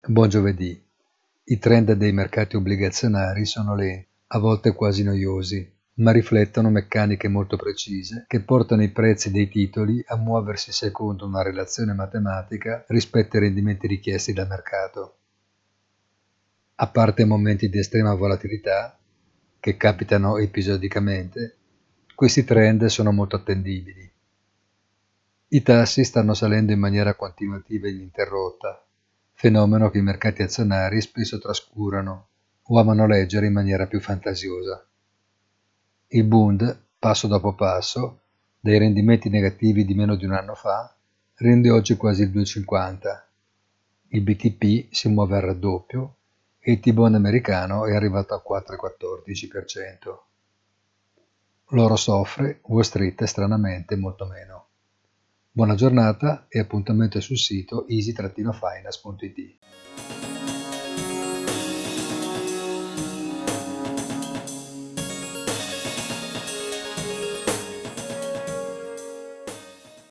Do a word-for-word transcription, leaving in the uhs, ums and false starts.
Buon giovedì. I trend dei mercati obbligazionari sono lenti, a volte quasi noiosi, ma riflettono meccaniche molto precise che portano i prezzi dei titoli a muoversi secondo una relazione matematica rispetto ai rendimenti richiesti dal mercato. A parte momenti di estrema volatilità, che capitano episodicamente, questi trend sono molto attendibili. I tassi stanno salendo in maniera continuativa e ininterrotta, fenomeno che i mercati azionari spesso trascurano o amano leggere in maniera più fantasiosa. Il Bund, passo dopo passo, dai rendimenti negativi di meno di un anno fa, rende oggi quasi il due virgola cinquanta. Il B T P si muove al raddoppio e il T-bond americano è arrivato al quattro virgola quattordici per cento. L'oro soffre, Wall Street stranamente molto meno. Buona giornata e appuntamento sul sito easy-finance punto it.